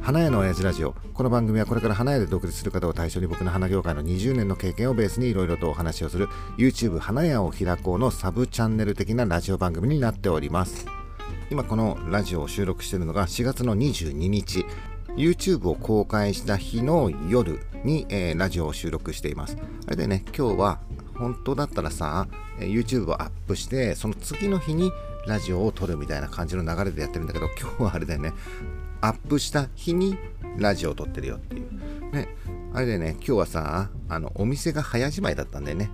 花屋の親父ラジオ。この番組はこれから花屋で独立する方を対象に僕の花業界の20年の経験をベースにいろいろとお話をする YouTube 花屋を開こうのサブチャンネル的なラジオ番組になっております。今このラジオを収録しているのが4月の22日 YouTube を公開した日の夜に、ラジオを収録しています。あれでね、今日は本当だったらさ YouTube をアップしてその次の日にラジオを撮るみたいな感じの流れでやってるんだけど、今日はあれだよね、アップした日にラジオを撮ってるよっていうね。あれでね、今日はさお店が早じまいだったんだよね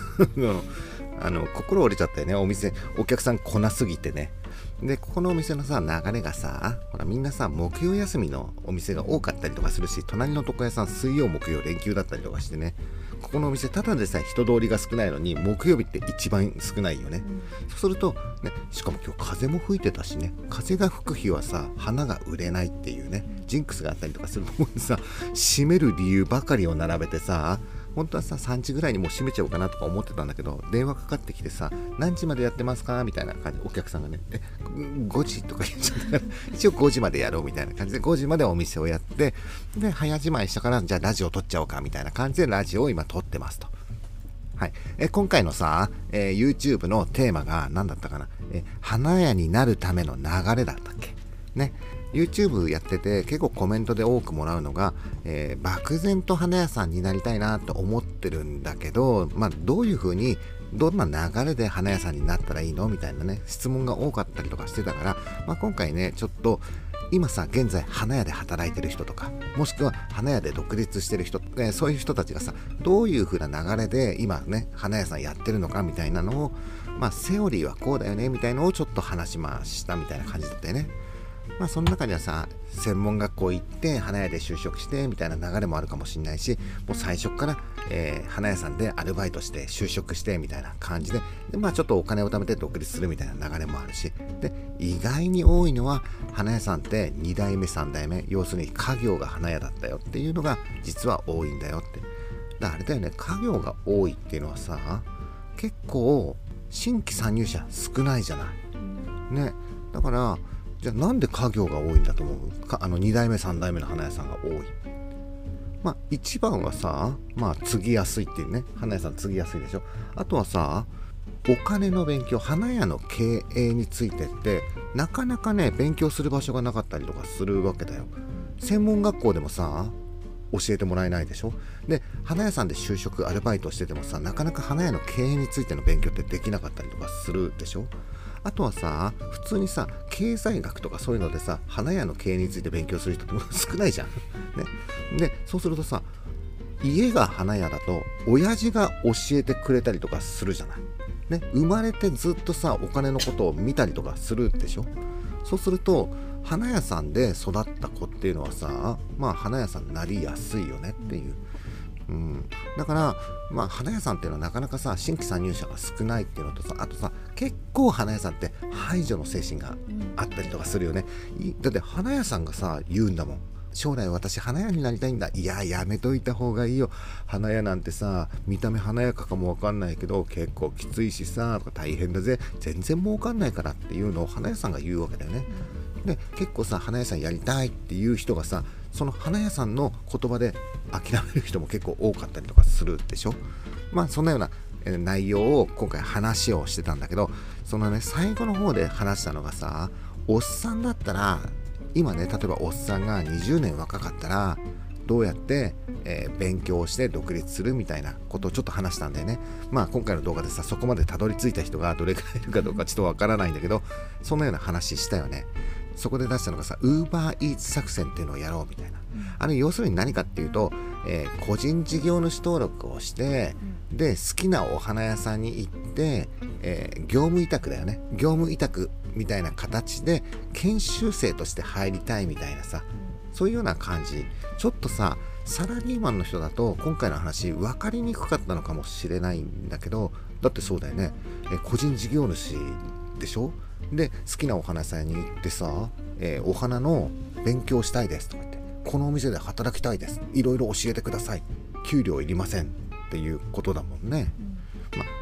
心折れちゃったよね。お客さん来なすぎてね。でここのお店のさ流れがさ、ほらみんなさ木曜休みのお店が多かったりとかするし、隣の床屋さん水曜木曜連休だったりとかしてね、ここのお店ただでさえ人通りが少ないのに木曜日って一番少ないよね。そうするとね、しかも今日風も吹いてたしね、風が吹く日はさ花が売れないっていうねジンクスがあったりとかするのにさ、閉める理由ばかりを並べてさ、本当はさ3時ぐらいにもう閉めちゃおうかなとか思ってたんだけど、電話かかってきてさ、何時までやってますかみたいな感じでお客さんがね、5時とか言っちゃったから一応5時までやろうみたいな感じで5時までお店をやって、で早じまいしたからじゃあラジオ撮っちゃおうかみたいな感じでラジオを今撮ってますと。はい、今回のさ、YouTube のテーマが何だったかな、花屋になるための流れだったっけね。YouTube やってて結構コメントで多くもらうのが、漠然と花屋さんになりたいなと思ってるんだけど、どういう風にどんな流れで花屋さんになったらいいのみたいなね質問が多かったりとかしてたから、今回ねちょっと今さ現在花屋で働いてる人とか、もしくは花屋で独立してる人、そういう人たちがさどういう風な流れで今ね花屋さんやってるのかみたいなのを、セオリーはこうだよねみたいのをちょっと話しましたみたいな感じだったよね。その中にはさ専門学校行って花屋で就職してみたいな流れもあるかもしれないし、もう最初から、花屋さんでアルバイトして就職してみたいな感じで、ちょっとお金を貯めて独立するみたいな流れもあるし、で意外に多いのは花屋さんって2代目3代目、要するに家業が花屋だったよっていうのが実は多いんだよって。だからあれだよね、家業が多いっていうのはさ結構新規参入者少ないじゃないね。だからじゃあなんで家業が多いんだと思うか。2代目3代目の花屋さんが多い。一番はさ継ぎやすいっていうね、花屋さん継ぎやすいでしょ。あとはさお金の勉強、花屋の経営についてってなかなかね勉強する場所がなかったりとかするわけだよ。専門学校でもさ教えてもらえないでしょ。で花屋さんで就職アルバイトしててもさ、なかなか花屋の経営についての勉強ってできなかったりとかするでしょ。あとはさ普通にさ経済学とかそういうのでさ花屋の経営について勉強する人って少ないじゃん、ね、でそうするとさ家が花屋だと親父が教えてくれたりとかするじゃない、ね、生まれてずっとさお金のことを見たりとかするでしょ。そうすると花屋さんで育った子っていうのはさ花屋さんになりやすいよねっていう。だから花屋さんっていうのはなかなかさ新規参入者が少ないっていうのとさ、あとさ結構花屋さんって排除の精神があったりとかするよね。だって花屋さんがさ言うんだもん、将来私花屋になりたいんだ。いややめといた方がいいよ、花屋なんてさ見た目華やかかもわかんないけど結構きついしさとか大変だぜ、全然儲かんないからっていうのを花屋さんが言うわけだよね。で結構さ花屋さんやりたいっていう人がさその花屋さんの言葉で諦める人も結構多かったりとかするでしょ。そんなような内容を今回話をしてたんだけど、そのね最後の方で話したのがさ、おっさんだったら今ね例えばおっさんが20年若かったらどうやって、勉強して独立するみたいなことをちょっと話したんだよね。今回の動画でさそこまでたどり着いた人がどれくらいいるかどうかちょっとわからないんだけど、そんなような話したよね。そこで出したのがさ UberEats 作戦っていうのをやろうみたいな。要するに何かっていうと、個人事業主登録をして、で好きなお花屋さんに行って、業務委託だよね、業務委託みたいな形で研修生として入りたいみたいなさ、そういうような感じ。ちょっとさサラリーマンの人だと今回の話分かりにくかったのかもしれないんだけど、だってそうだよね、個人事業主でしょ。で好きなお花屋さんに行ってさ、お花の勉強したいですとか言って、このお店で働きたいです、いろいろ教えてください、給料いりませんっていうことだもんね。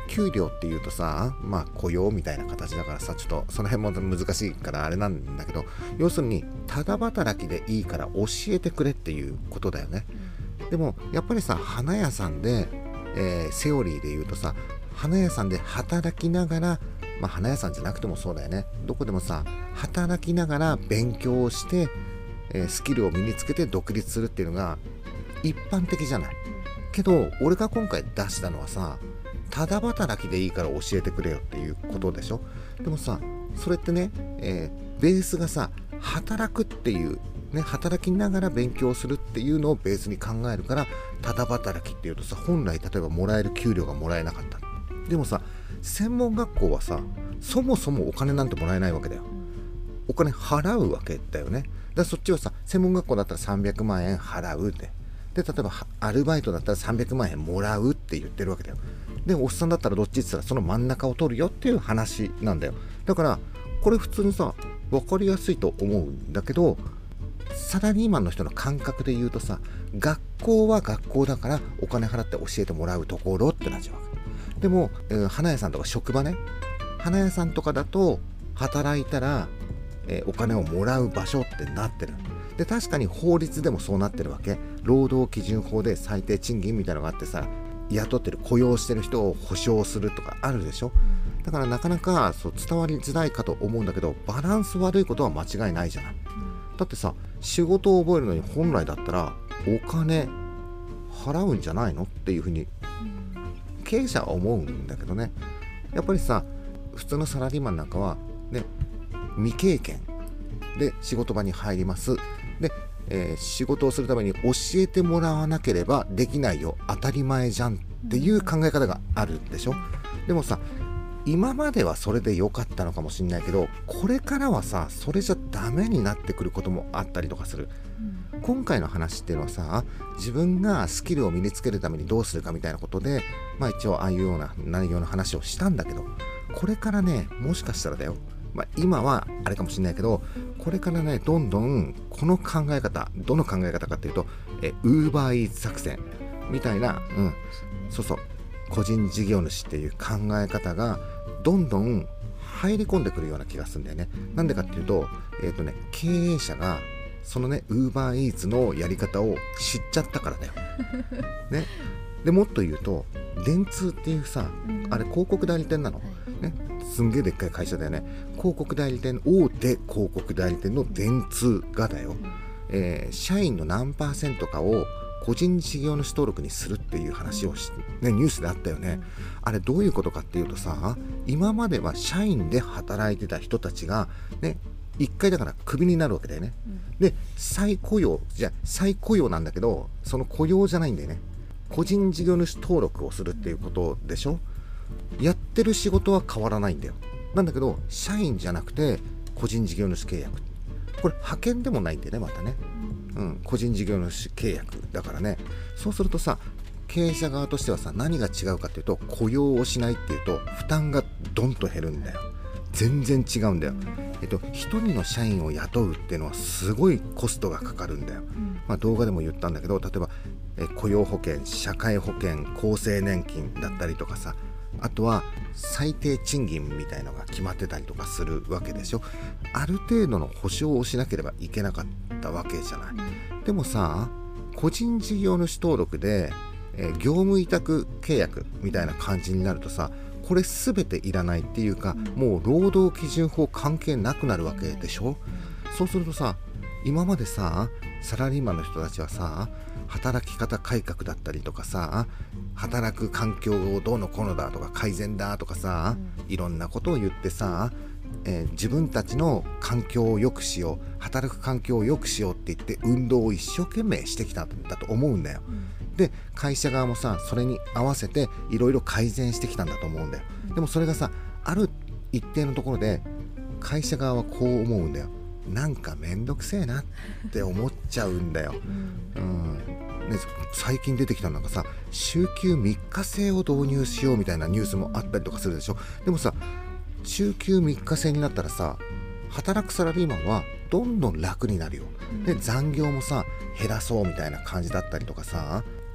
給料っていうとさ、雇用みたいな形だからさ、ちょっとその辺も難しいからあれなんだけど、要するにただ働きでいいから教えてくれっていうことだよね。でもやっぱりさ、花屋さんで、セオリーで言うとさ、花屋さんで働きながら、花屋さんじゃなくてもそうだよね、どこでもさ、働きながら勉強をして、スキルを身につけて独立するっていうのが一般的じゃない。けど俺が今回出したのはさ、ただ働きでいいから教えてくれよっていうことでしょ。でもさ、それってね、ベースがさ、働くっていうね、働きながら勉強するっていうのをベースに考えるから、ただ働きっていうとさ、本来例えばもらえる給料がもらえなかった。でもさ、専門学校はさ、そもそもお金なんてもらえないわけだよ。お金払うわけだよね。だからそっちはさ、専門学校だったら300万円払うで、例えばアルバイトだったら300万円もらうって言ってるわけだよ。でおっさんだったらどっちって言ったらその真ん中を取るよっていう話なんだよ。だからこれ普通にさ、分かりやすいと思うんだけど、サラリーマンの人の感覚で言うとさ、学校は学校だからお金払って教えてもらうところってなっちゃうわけでも、花屋さんとか職場ね、花屋さんとかだと働いたら、お金をもらう場所ってなってる。で確かに法律でもそうなってるわけ。労働基準法で最低賃金みたいなのがあってさ、雇ってる雇用してる人を保証するとかあるでしょ。だからなかなかそう伝わりづらいかと思うんだけど、バランス悪いことは間違いないじゃない。だってさ、仕事を覚えるのに本来だったらお金払うんじゃないのっていうふうに経営者は思うんだけどね。やっぱりさ、普通のサラリーマンなんかはね、未経験で仕事場に入ります。で、仕事をするために教えてもらわなければできないよ、当たり前じゃんっていう考え方があるでしょ。でもさ、今まではそれで良かったのかもしれないけど、これからはさ、それじゃダメになってくることもあったりとかする。今回の話っていうのはさ、自分がスキルを身につけるためにどうするかみたいなことで、一応ああいうような内容の話をしたんだけど、これからね、もしかしたらだよ、今はあれかもしれないけど、これからね、どんどんこの考え方、どの考え方かっていうと、UberEats 作戦みたいな、そうそう、個人事業主っていう考え方がどんどん入り込んでくるような気がするんだよね。なんでかっていうと、経営者がそのね、UberEats のやり方を知っちゃったからだよ。ね。でもっと言うと、電通っていうさ、あれ広告代理店なの。ね。すんげえでっかい会社だよね。広告代理店、大手広告代理店の電通がだよ、社員の何%かを個人事業主登録にするっていう話をね、ニュースであったよね。あれどういうことかっていうとさ、今までは社員で働いてた人たちがね、一回だからクビになるわけだよね。で再雇用なんだけど、その雇用じゃないんだよね。個人事業主登録をするっていうことでしょ。やってる仕事は変わらないんだよ。なんだけど社員じゃなくて個人事業主契約、これ派遣でもないんだよね、またね。個人事業主契約だからね。そうするとさ、経営者側としてはさ、何が違うかっていうと、雇用をしないっていうと負担がドンと減るんだよ。全然違うんだよ。一人の社員を雇うっていうのはすごいコストがかかるんだよ。動画でも言ったんだけど、例えば雇用保険、社会保険、厚生年金だったりとかさ、あとは最低賃金みたいのが決まってたりとかするわけでしょ。ある程度の保証をしなければいけなかったわけじゃない。でもさ、個人事業主登録で、業務委託契約みたいな感じになるとさ、これ全ていらないっていうか、もう労働基準法関係なくなるわけでしょ。そうするとさ、今までさ、サラリーマンの人たちはさ、働き方改革だったりとかさ、働く環境をどうのこうのだとか改善だとかさ、いろんなことを言ってさ、自分たちの環境を良くしよう、働く環境を良くしようって言って運動を一生懸命してきたんだと思うんだよ。で会社側もさ、それに合わせていろいろ改善してきたんだと思うんだよ。でもそれがさ、ある一定のところで会社側はこう思うんだよ。なんかめんどくせえなって思っちゃうんだよ。ね、最近出てきたのがさ、週休3日制を導入しようみたいなニュースもあったりとかするでしょ。でもさ、週休3日制になったらさ、働くサラリーマンはどんどん楽になるよ。で残業もさ、減らそうみたいな感じだったりとかさ、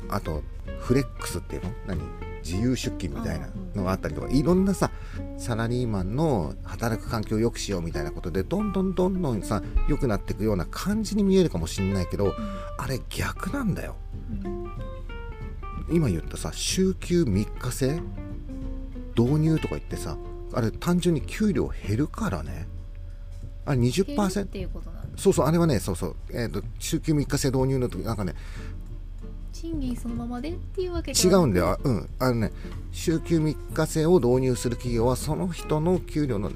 あとフレックスっていうの自由出勤みたいなのがあったりとか、いろんなさサラリーマンの働く環境を良くしようみたいなことでどんどんさ良くなっていくような感じに見えるかもしれないけど、あれ逆なんだよ。今言ったさ週休3日制導入とか言ってさ、あれ単純に給料減るからね。あれ 20% っていうことなんだ。 そうあれはね週休3日制導入の時賃金そのままでっていうわけ違うんだよ。週休3日制を導入する企業はその人の給料の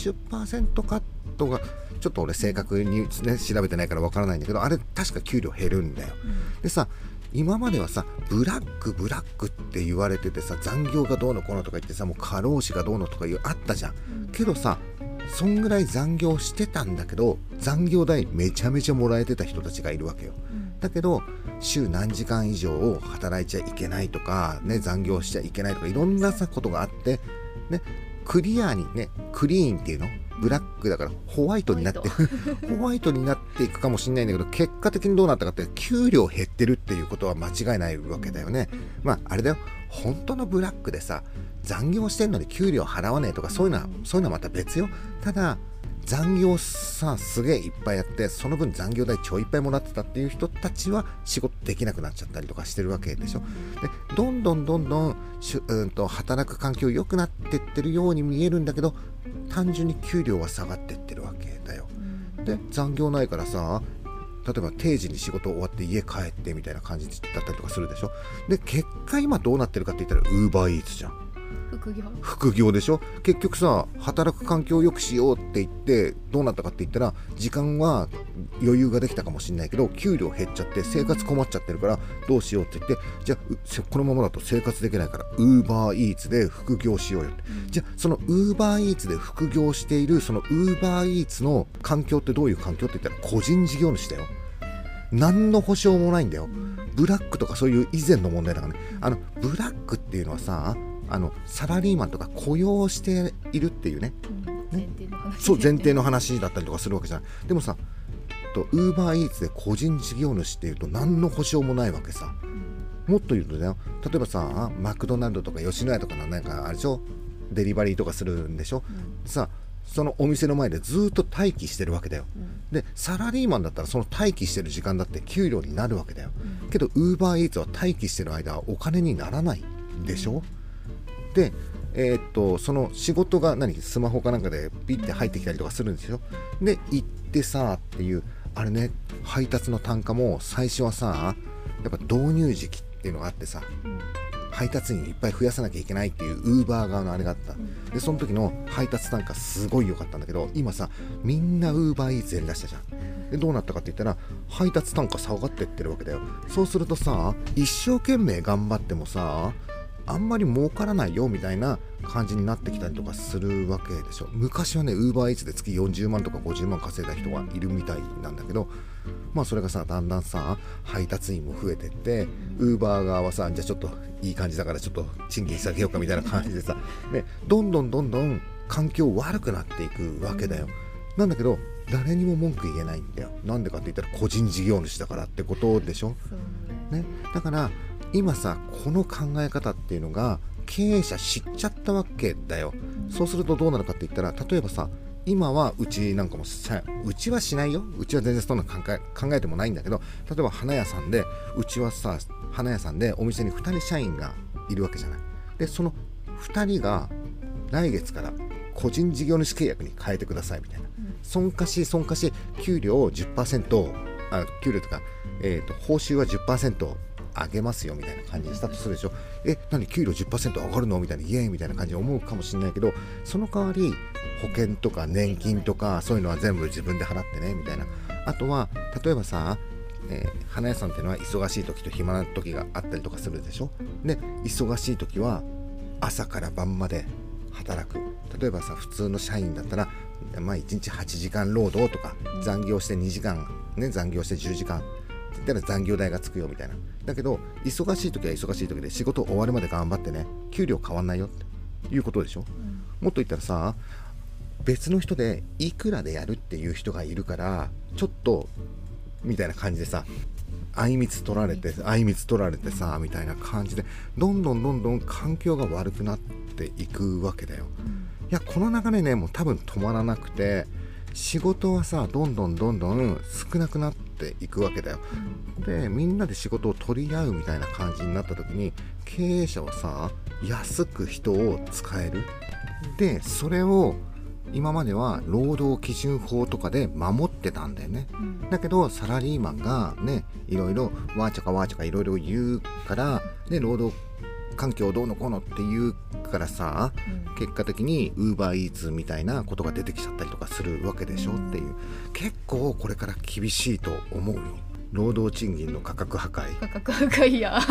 20% カットがちょっと俺正確に、調べてないからわからないんだけど、あれ確か給料減るんだよ。でさ今まではさブラックって言われててさ、残業がどうのこうのとか言ってさ、もう過労死がどうのとかあったじゃん。けどさそんぐらい残業してたんだけど、残業代めちゃめちゃもらえてた人たちがいるわけよ。だけど週何時間以上を働いちゃいけないとかね、残業しちゃいけないとかいろんなさことがあってね、クリアにね、クリーンっていうのブラックだからホワイトになってホワイトになっていくかもしれないんだけど、結果的にどうなったかって給料減ってるっていうことは間違いないわけだよね。あれだよ、本当のブラックでさ残業してんのに給料払わねえとかそういうのはまた別よ。ただ残業さすげえいっぱいやってその分残業代超いっぱいもらってたっていう人たちは仕事できなくなっちゃったりとかしてるわけでしょ。でどんどん働く環境良くなってってるように見えるんだけど、単純に給料は下がってってるわけだよ。で残業ないからさ、例えば定時に仕事終わって家帰ってみたいな感じだったりとかするでしょ。で結果今どうなってるかって言ったらウーバーイーツじゃん。副業でしょ。結局さ働く環境を良くしようって言ってどうなったかって言ったら、時間は余裕ができたかもしれないけど給料減っちゃって生活困っちゃってるからどうしようって言って、じゃあこのままだと生活できないからウーバーイーツで副業しようよって、じゃあそのウーバーイーツで副業しているそのウーバーイーツの環境ってどういう環境って言ったら個人事業主だよ。何の保証もないんだよ。ブラックとかそういう以前の問題だからね。ブラックっていうのはさサラリーマンとか雇用しているっていうね、前提の話だったりとかするわけじゃない。でもさウーバーイーツで個人事業主っていうと何の保証もないわけさ。もっと言うとだよ、例えばさマクドナルドとか吉野家とかのなんかあれでしょ、デリバリーとかするんでしょ、さそのお店の前でずっと待機してるわけだよ。でサラリーマンだったらその待機してる時間だって給料になるわけだよ。けどウーバーイーツは待機してる間はお金にならないでしょ。でその仕事がスマホかなんかでピッて入ってきたりとかするんですよ。で行ってさっていうあれね、配達の単価も最初はさやっぱ導入時期っていうのがあってさ、配達員いっぱい増やさなきゃいけないっていうウーバー側のあれがあった。でその時の配達単価すごい良かったんだけど、今さみんなウーバーイーツやりだしたじゃん。でどうなったかって言ったら配達単価下がってってるわけだよ。そうするとさ一生懸命頑張ってもさあんまり儲からないよみたいな感じになってきたりとかするわけでしょ。昔はねウーバーイーツで月40万とか50万稼いだ人がいるみたいなんだけど、それがさだんだんさ配達員も増えてってウーバー側はさじゃあちょっといい感じだからちょっと賃金下げようかみたいな感じでさ、ね、どんどん環境悪くなっていくわけだよ。なんだけど誰にも文句言えないんだよ。なんでかって言ったら個人事業主だからってことでしょ、ね、だから今さこの考え方っていうのが経営者知っちゃったわけだよ。そうするとどうなるかって言ったら、例えばさ今はうちなんかもさ、うちはしないよ、うちは全然そんな考えてもないんだけど、例えば花屋さんでうちはさ花屋さんでお店に2人社員がいるわけじゃない。でその2人が来月から個人事業主契約に変えてくださいみたいな、損貸し給料を 10% 給料とか、報酬は 10% 上げますよみたいな感じにしたとするでしょ。何給料 10% 上がるのみたいな、イエーイみたいな感じに思うかもしれないけど、その代わり保険とか年金とかそういうのは全部自分で払ってねみたいな。あとは例えばさ、花屋さんっていうのは忙しい時と暇な時があったりとかするでしょ。で忙しい時は朝から晩まで働く。例えばさ普通の社員だったら1日8時間労働とか、残業して2時間ね、残業して10時間って言ったら残業代がつくよみたいな。だけど忙しい時は忙しい時で仕事終わるまで頑張ってね、給料変わんないよっていうことでしょ。もっと言ったらさ別の人でいくらでやるっていう人がいるからちょっとみたいな感じでさあいみつ取られてさみたいな感じでどんどん環境が悪くなっていくわけだよ。いやこの流れねもう多分止まらなくて、仕事はさどんどん少なくなっていくわけだよ。でみんなで仕事を取り合うみたいな感じになった時に、経営者はさ安く人を使える。でそれを今までは労働基準法とかで守ってたんだよね。だけどサラリーマンがねいろいろわーちゃかいろいろ言うからで、労働環境どうのこうのって言うからさ、結果的にウーバーイーツみたいなことが出てきちゃったりとかするわけでしょっていう、結構これから厳しいと思うよ。労働賃金の価格破壊や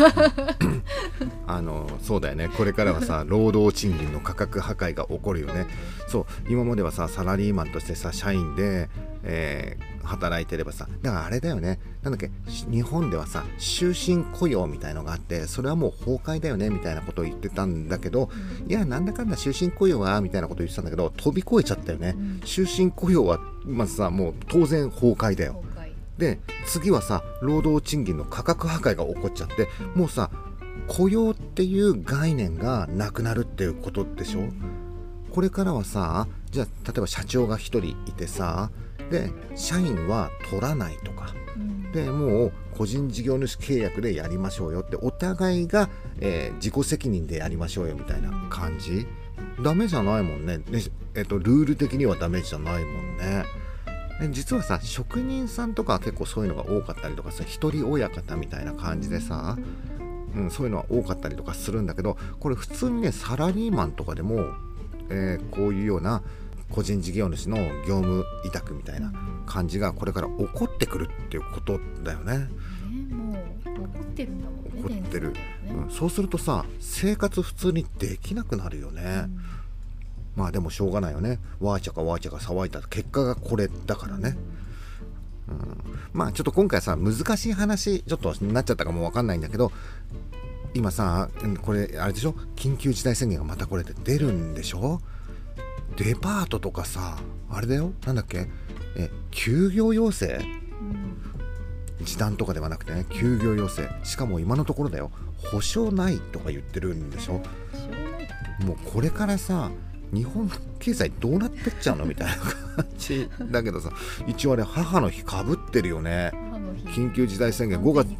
そうだよね。これからはさ労働賃金の価格破壊が起こるよね。そう今まではさサラリーマンとしてさ社員で、働いてればさ、だからあれだよね、なんだっけ、日本ではさ終身雇用みたいのがあって、それはもう崩壊だよねみたいなことを言ってたんだけど、いやなんだかんだ終身雇用はみたいなことを言ってたんだけど、飛び越えちゃったよね。終身雇用はまずさもう当然崩壊だよ。で次はさ労働賃金の価格破壊が起こっちゃって、もうさ雇用っていう概念がなくなるっていうことでしょ。これからはさ、じゃあ例えば社長が1人いてさ、で社員は取らないとか、でもう個人事業主契約でやりましょうよって、お互いが、自己責任でやりましょうよみたいな感じ。ダメじゃないもんね。ルール的にはダメじゃないもんね。実はさ職人さんとかは結構そういうのが多かったりとかさ、一人親方みたいな感じでさ、そういうのは多かったりとかするんだけど、これ普通にねサラリーマンとかでも、こういうような個人事業主の業務委託みたいな感じがこれから起こってくるっていうことだよね。 もう起こってるんだもんね。 起こってる、そうするとさ生活普通にできなくなるよね。まあでもしょうがないよね。わーちゃか騒いだ結果がこれだからね。まあちょっと今回さ難しい話ちょっとなっちゃったかもわかんないんだけど、今さこれあれでしょ、緊急事態宣言がまたこれで出るんでしょ。デパートとかさあれだよ、なんだっけ、休業要請、時短とかではなくてね休業要請、しかも今のところだよ保証ないとか言ってるんでしょ。もうこれからさ日本経済どうなってっちゃうのみたいな感じだけどさ、一応あれ母の日かぶってるよね。緊急事態宣言5月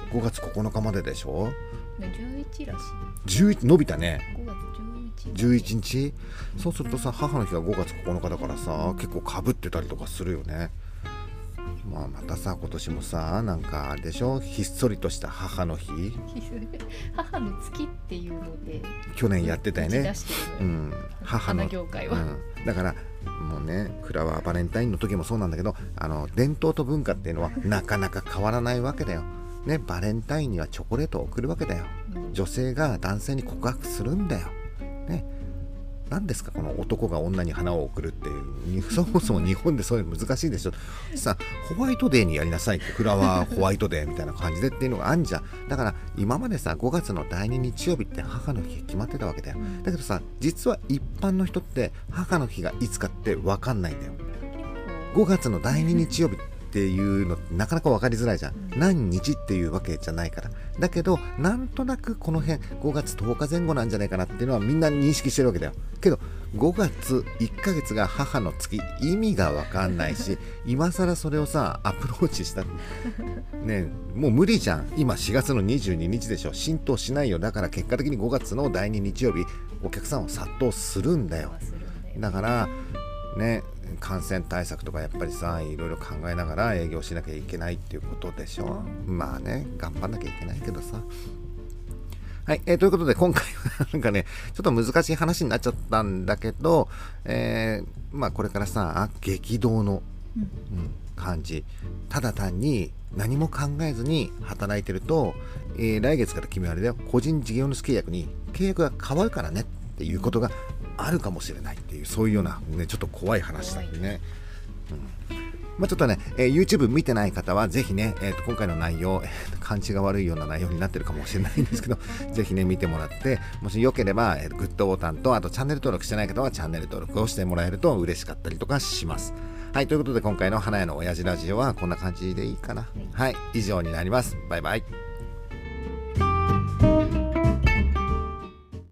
9日まででしょ。 11らしい。11伸びたね。 5月 11日。そうするとさ母の日が5月9日だからさ、結構かぶってたりとかするよね。まあ、またさ今年もさなんかあれでしょ、ひっそりとした母の日母の月っていうので去年やってたよね。 母の業界は、 だからもうねフラワーバレンタインの時もそうなんだけど、伝統と文化っていうのはなかなか変わらないわけだよね。バレンタインにはチョコレートを贈るわけだよ。女性が男性に告白するんだよね。何ですかこの男が女に花を贈るっていう、そもそも日本でそういうの難しいでしょ。さホワイトデーにやりなさいって、フラワーホワイトデーみたいな感じでっていうのがあんじゃん。だから今までさ5月の第2日曜日って母の日決まってたわけだよ。だけどさ実は一般の人って母の日がいつかって分かんないんだよ。5月の第2日曜日っていうのなかなか分かりづらいじゃん。何日っていうわけじゃないから。だけどなんとなくこの辺5月10日前後なんじゃないかなっていうのはみんな認識してるわけだよ。けど5月1ヶ月が母の月、意味が分かんないし今更それをさアプローチしたね、もう無理じゃん。今4月の22日でしょ、浸透しないよ。だから結果的に5月の第2日曜日お客さんを殺到するんだよ。だからね感染対策とかやっぱりさいろいろ考えながら営業しなきゃいけないっていうことでしょ。まあね頑張んなきゃいけないけどさ。はい、ということで今回はなんかねちょっと難しい話になっちゃったんだけど、まあこれからさ激動の、感じ、ただ単に何も考えずに働いてると、来月から君はあれだよ、個人事業主契約に契約が変わるからねっていうことがあるかもしれないっていう、そういうような、ね、ちょっと怖い話だね。まあ、ちょっとね、YouTube 見てない方はぜひね、今回の内容、感じが悪いような内容になってるかもしれないんですけどぜひね見てもらって、もしよければ、グッドボタンとあとチャンネル登録してない方はチャンネル登録をしてもらえると嬉しかったりとかします。 はい、ということで今回の花屋の親父ラジオはこんな感じでいいかな。はい、以上になります。バイバイ。